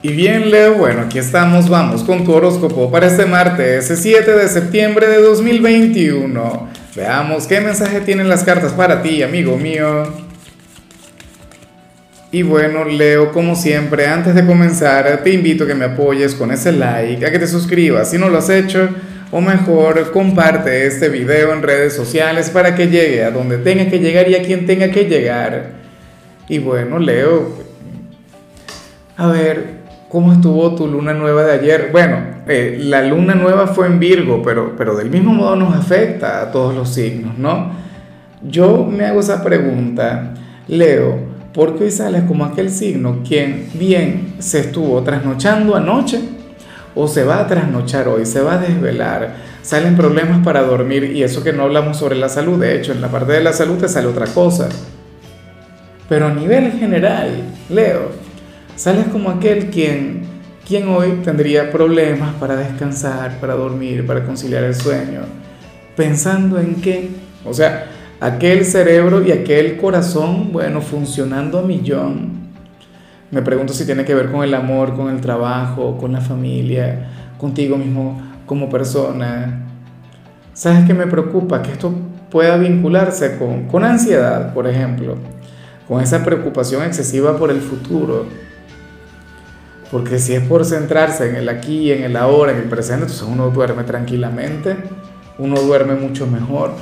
Y bien, Leo, bueno, aquí estamos, vamos con tu horóscopo para este martes, 7 de septiembre de 2021. Veamos qué mensaje tienen las cartas para ti, amigo mío. Y bueno, Leo, como siempre, antes de comenzar, te invito a que me apoyes con ese like, a que te suscribas si no lo has hecho, o mejor, comparte este video en redes sociales para que llegue a donde tenga que llegar y a quien tenga que llegar. Y bueno, Leo, a ver, ¿cómo estuvo tu luna nueva de ayer? Bueno, la luna nueva fue en Virgo, pero del mismo modo nos afecta a todos los signos, ¿no? Yo me hago esa pregunta, Leo, ¿por qué hoy sales como aquel signo quien bien se estuvo trasnochando anoche o se va a trasnochar hoy, se va a desvelar? Salen problemas para dormir y eso que no hablamos sobre la salud, de hecho, en la parte de la salud te sale otra cosa. Pero a nivel general, Leo, sales como aquel quien hoy tendría problemas para descansar, para dormir, para conciliar el sueño. ¿Pensando en qué? O sea, aquel cerebro y aquel corazón, bueno, funcionando a millón. Me pregunto si tiene que ver con el amor, con el trabajo, con la familia, contigo mismo como persona. ¿Sabes qué me preocupa? Que esto pueda vincularse con ansiedad, por ejemplo, con esa preocupación excesiva por el futuro. Porque si es por centrarse en el aquí, en el ahora, en el presente, entonces uno duerme tranquilamente, uno duerme mucho mejor.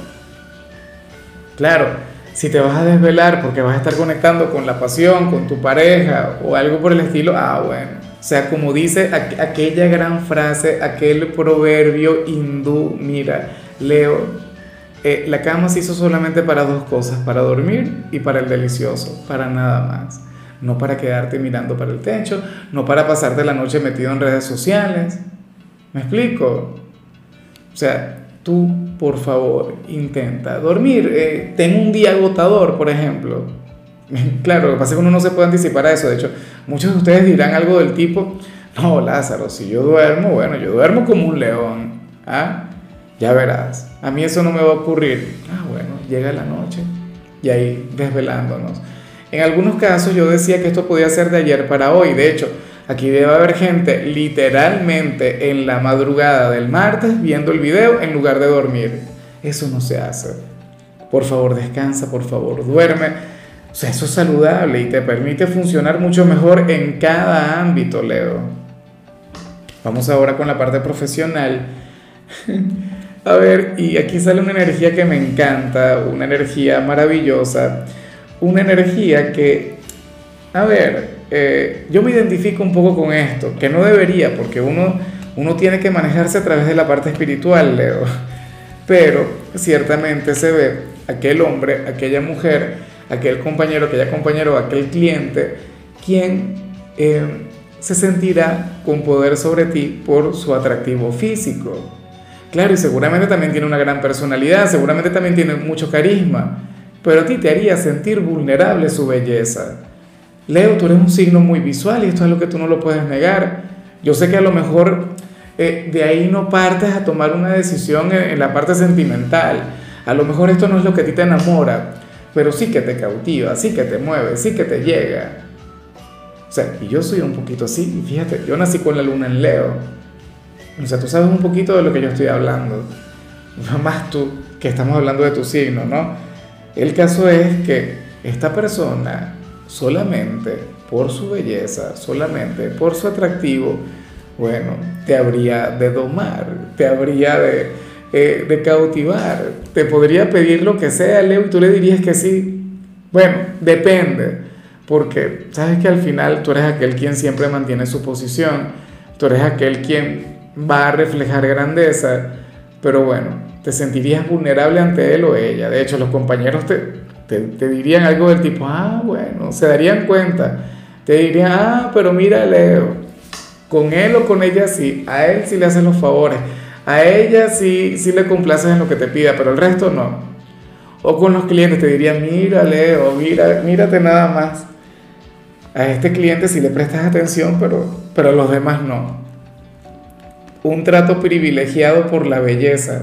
Claro, si te vas a desvelar porque vas a estar conectando con la pasión, con tu pareja o algo por el estilo, bueno. O sea, como dice aquella gran frase, aquel proverbio hindú, mira, Leo, la cama se hizo solamente para dos cosas, para dormir y para el delicioso, para nada más. No para quedarte mirando para el techo, no para pasarte la noche metido en redes sociales. ¿Me explico? O sea, tú, por favor, intenta dormir. Ten un día agotador, por ejemplo. Claro, lo que pasa es que uno no se puede anticipar a eso. De hecho, muchos de ustedes dirán algo del tipo, no, Lázaro, si yo duermo, bueno, yo duermo como un león. ¿Ah? Ya verás, a mí eso no me va a ocurrir. Bueno, llega la noche y ahí desvelándonos. En algunos casos yo decía que esto podía ser de ayer para hoy. De hecho, aquí debe haber gente literalmente en la madrugada del martes viendo el video en lugar de dormir. Eso no se hace. Por favor, descansa, por favor, duerme. O sea, eso es saludable y te permite funcionar mucho mejor en cada ámbito, Leo. Vamos ahora con la parte profesional. A ver, y aquí sale una energía que me encanta, una energía maravillosa. Una energía que, a ver, yo me identifico un poco con esto, que no debería, porque uno tiene que manejarse a través de la parte espiritual, Leo. Pero ciertamente se ve aquel hombre, aquella mujer, aquel compañero, aquella compañera o aquel cliente, quien se sentirá con poder sobre ti por su atractivo físico. Claro, y seguramente también tiene una gran personalidad, seguramente también tiene mucho carisma, pero a ti te haría sentir vulnerable su belleza. Leo, tú eres un signo muy visual y esto es lo que tú no lo puedes negar. Yo sé que a lo mejor de ahí no partes a tomar una decisión en la parte sentimental. A lo mejor esto no es lo que a ti te enamora, pero sí que te cautiva, sí que te mueve, sí que te llega. O sea, y yo soy un poquito así, y fíjate, yo nací con la luna en Leo. O sea, tú sabes un poquito de lo que yo estoy hablando. Más tú, que estamos hablando de tu signo, ¿no? El caso es que esta persona, solamente por su belleza, solamente por su atractivo, bueno, te habría de domar, te habría de cautivar, te podría pedir lo que sea, Leo, y tú le dirías que sí. Bueno, depende, porque sabes que al final tú eres aquel quien siempre mantiene su posición, tú eres aquel quien va a reflejar grandeza, pero bueno, te sentirías vulnerable ante él o ella. De hecho, los compañeros te dirían algo del tipo, bueno, se darían cuenta, te dirían, pero mira, Leo, con él o con ella sí, a él sí le haces los favores, a ella sí le complaces en lo que te pida, pero el resto no. O con los clientes te dirían, mira, Leo, mírate nada más. A este cliente sí le prestas atención, pero a los demás no. Un trato privilegiado por la belleza.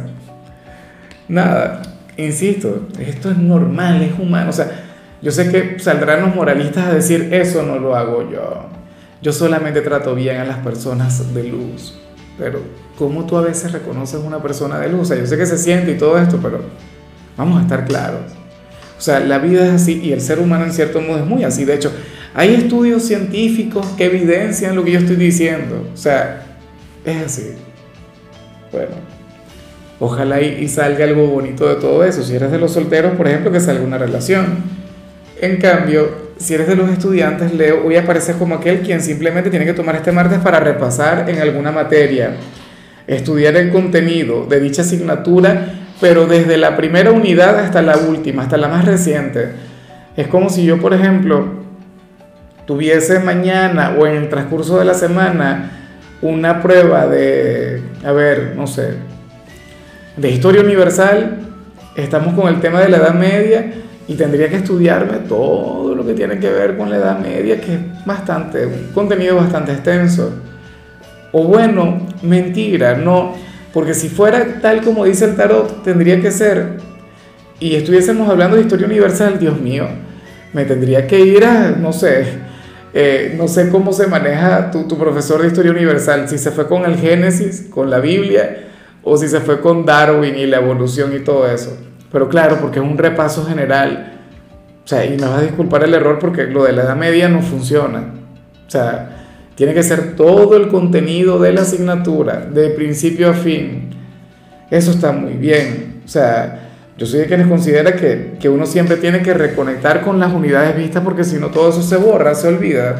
Nada, insisto, esto es normal, es humano. O sea, yo sé que saldrán los moralistas a decir, eso no lo hago yo, yo solamente trato bien a las personas de luz. Pero, ¿cómo tú a veces reconoces una persona de luz? O sea, yo sé que se siente y todo esto, pero vamos a estar claros. O sea, la vida es así y el ser humano en cierto modo es muy así. De hecho, hay estudios científicos que evidencian lo que yo estoy diciendo. O sea, es así. Bueno, ojalá y salga algo bonito de todo eso. Si eres de los solteros, por ejemplo, que salga una relación. En cambio, si eres de los estudiantes, Leo, hoy apareces como aquel quien simplemente tiene que tomar este martes para repasar en alguna materia, estudiar el contenido de dicha asignatura, pero desde la primera unidad hasta la última, hasta la más reciente. Es como si yo, por ejemplo, tuviese mañana o en el transcurso de la semana una prueba de, a ver, no sé, de historia universal, estamos con el tema de la Edad Media y tendría que estudiarme todo lo que tiene que ver con la Edad Media, que es bastante, un contenido bastante extenso. O bueno, mentira, no, porque si fuera tal como dice el tarot, tendría que ser, y estuviésemos hablando de historia universal, Dios mío, me tendría que ir a, no sé, no sé cómo se maneja tu profesor de historia universal, si se fue con el Génesis, con la Biblia, o si se fue con Darwin y la evolución y todo eso. Pero claro, porque es un repaso general, o sea, y me vas a disculpar el error porque lo de la Edad Media no funciona. O sea, tiene que ser todo el contenido de la asignatura, de principio a fin. Eso está muy bien. O sea, yo soy de quienes considera que uno siempre tiene que reconectar con las unidades vistas porque si no todo eso se borra, se olvida.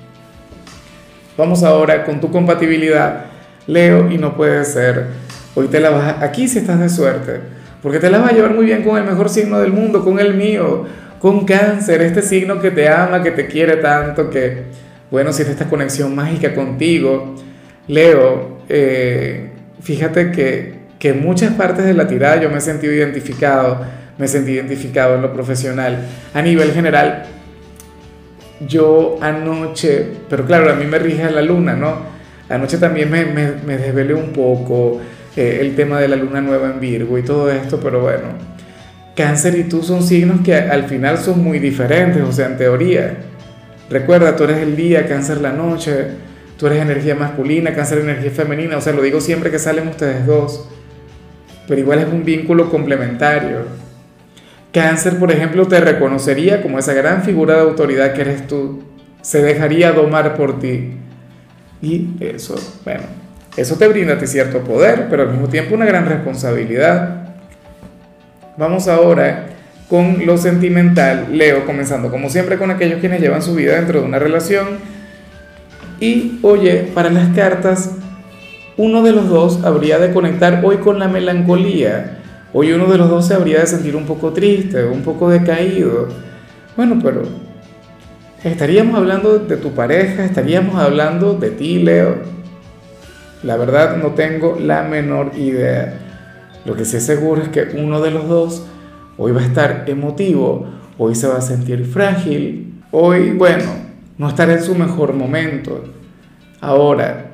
Vamos ahora con tu compatibilidad, Leo, y no puede ser. Hoy te la vas aquí si estás de suerte, porque te la vas a llevar muy bien con el mejor signo del mundo, con el mío, con Cáncer, este signo que te ama, que te quiere tanto, que, bueno, siente esta conexión mágica contigo. Leo, fíjate que en muchas partes de la tirada yo me he sentido identificado, me sentí identificado en lo profesional. A nivel general, yo anoche, pero claro, a mí me rige la luna, ¿no? Anoche también me desvelé un poco, el tema de la luna nueva en Virgo y todo esto, pero bueno, Cáncer y tú son signos que al final son muy diferentes, o sea, en teoría. Recuerda, tú eres el día, Cáncer la noche, tú eres energía masculina, Cáncer energía femenina, o sea, lo digo siempre que salen ustedes dos, pero igual es un vínculo complementario. Cáncer, por ejemplo, te reconocería como esa gran figura de autoridad que eres tú, se dejaría domar por ti. Y eso, bueno, eso te brinda a ti cierto poder, pero al mismo tiempo una gran responsabilidad. Vamos ahora con lo sentimental, Leo, comenzando como siempre con aquellos quienes llevan su vida dentro de una relación. Y oye, para las cartas, uno de los dos habría de conectar hoy con la melancolía. Hoy uno de los dos se habría de sentir un poco triste, un poco decaído. Bueno, pero estaríamos hablando de tu pareja, estaríamos hablando de ti, Leo. La verdad no tengo la menor idea. Lo que sí es seguro es que uno de los dos hoy va a estar emotivo, hoy se va a sentir frágil, hoy, bueno, no estará en su mejor momento. Ahora,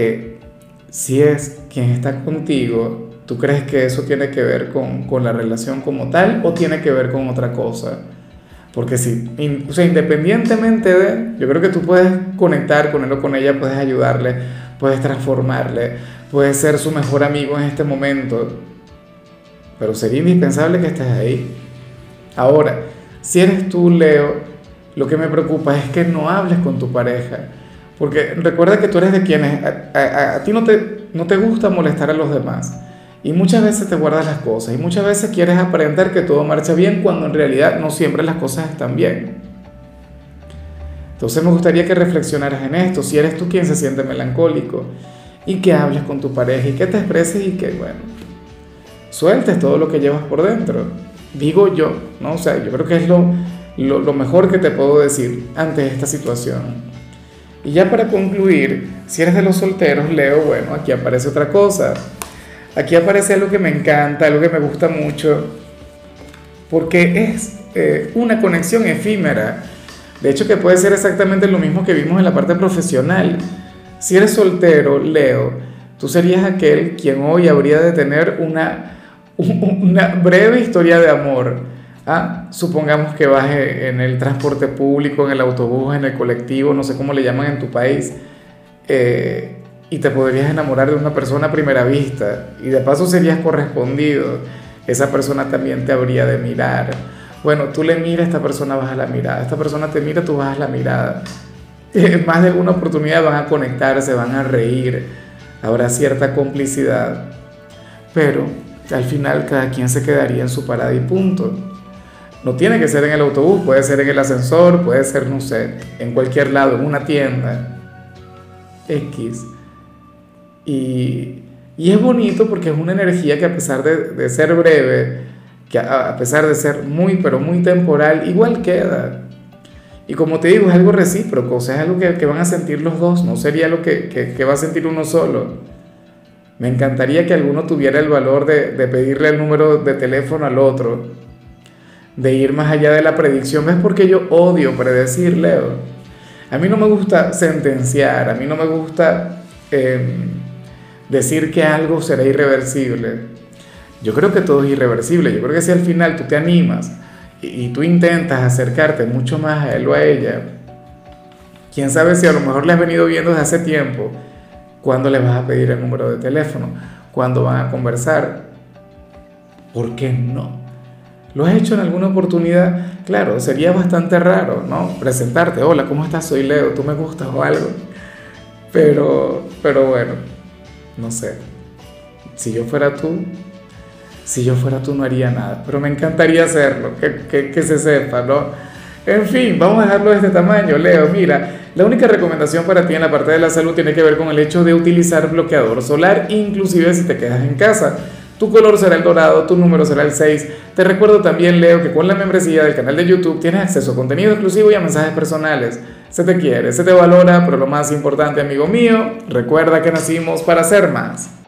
si es quien está contigo, ¿tú crees que eso tiene que ver con la relación como tal o tiene que ver con otra cosa? Porque si, o sea, independientemente de, yo creo que tú puedes conectar con él o con ella, puedes ayudarle, puedes transformarle, puedes ser su mejor amigo en este momento, pero sería indispensable que estés ahí. Ahora, si eres tú, Leo, lo que me preocupa es que no hables con tu pareja, porque recuerda que tú eres de quienes, a ti no te gusta molestar a los demás, y muchas veces te guardas las cosas, y muchas veces quieres aparentar que todo marcha bien, cuando en realidad no siempre las cosas están bien. Entonces me gustaría que reflexionaras en esto, si eres tú quien se siente melancólico, y que hables con tu pareja, y que te expreses, y que, bueno, sueltes todo lo que llevas por dentro, digo yo, ¿no? O sea, yo creo que es lo mejor que te puedo decir ante esta situación. Y ya para concluir, si eres de los solteros, Leo, bueno, aquí aparece otra cosa. Aquí aparece algo que me encanta, algo que me gusta mucho, porque es una conexión efímera. De hecho, que puede ser exactamente lo mismo que vimos en la parte profesional. Si eres soltero, Leo, tú serías aquel quien hoy habría de tener una breve historia de amor, Supongamos que vas en el transporte público, en el autobús, en el colectivo, no sé cómo le llaman en tu país, y te podrías enamorar de una persona a primera vista y de paso serías correspondido. Esa persona también te habría de mirar. Bueno, tú le miras, esta persona baja la mirada, esta persona te mira, tú bajas la mirada. En más de alguna oportunidad van a conectarse, van a reír, habrá cierta complicidad, pero al final cada quien se quedaría en su parada y punto. No tiene que ser en el autobús, puede ser en el ascensor, puede ser, no sé, en cualquier lado, en una tienda X. Y es bonito porque es una energía que a pesar de ser breve, que a pesar de ser muy, pero muy temporal, igual queda. Y como te digo, es algo recíproco, o sea, es algo que van a sentir los dos, no sería algo que va a sentir uno solo. Me encantaría que alguno tuviera el valor de pedirle el número de teléfono al otro, de ir más allá de la predicción. ¿Ves por qué yo odio predecir, Leo? A mí no me gusta sentenciar, a mí no me gusta decir que algo será irreversible. Yo creo que todo es irreversible, yo creo que si al final tú te animas y tú intentas acercarte mucho más a él o a ella, quién sabe si a lo mejor le has venido viendo desde hace tiempo, cuándo le vas a pedir el número de teléfono, cuándo van a conversar. ¿Por qué no? ¿Lo has hecho en alguna oportunidad? Claro, sería bastante raro, ¿no? Presentarte, hola, ¿cómo estás? Soy Leo, ¿tú me gustas o algo? Pero bueno, no sé. Si yo fuera tú, si yo fuera tú no haría nada, pero me encantaría hacerlo, que se sepa, ¿no? En fin, vamos a dejarlo de este tamaño, Leo. Mira, la única recomendación para ti en la parte de la salud tiene que ver con el hecho de utilizar bloqueador solar, inclusive si te quedas en casa. Tu color será el dorado, tu número será el 6. Te recuerdo también, Leo, que con la membresía del canal de YouTube tienes acceso a contenido exclusivo y a mensajes personales. Se te quiere, se te valora, pero lo más importante, amigo mío, recuerda que nacimos para ser más.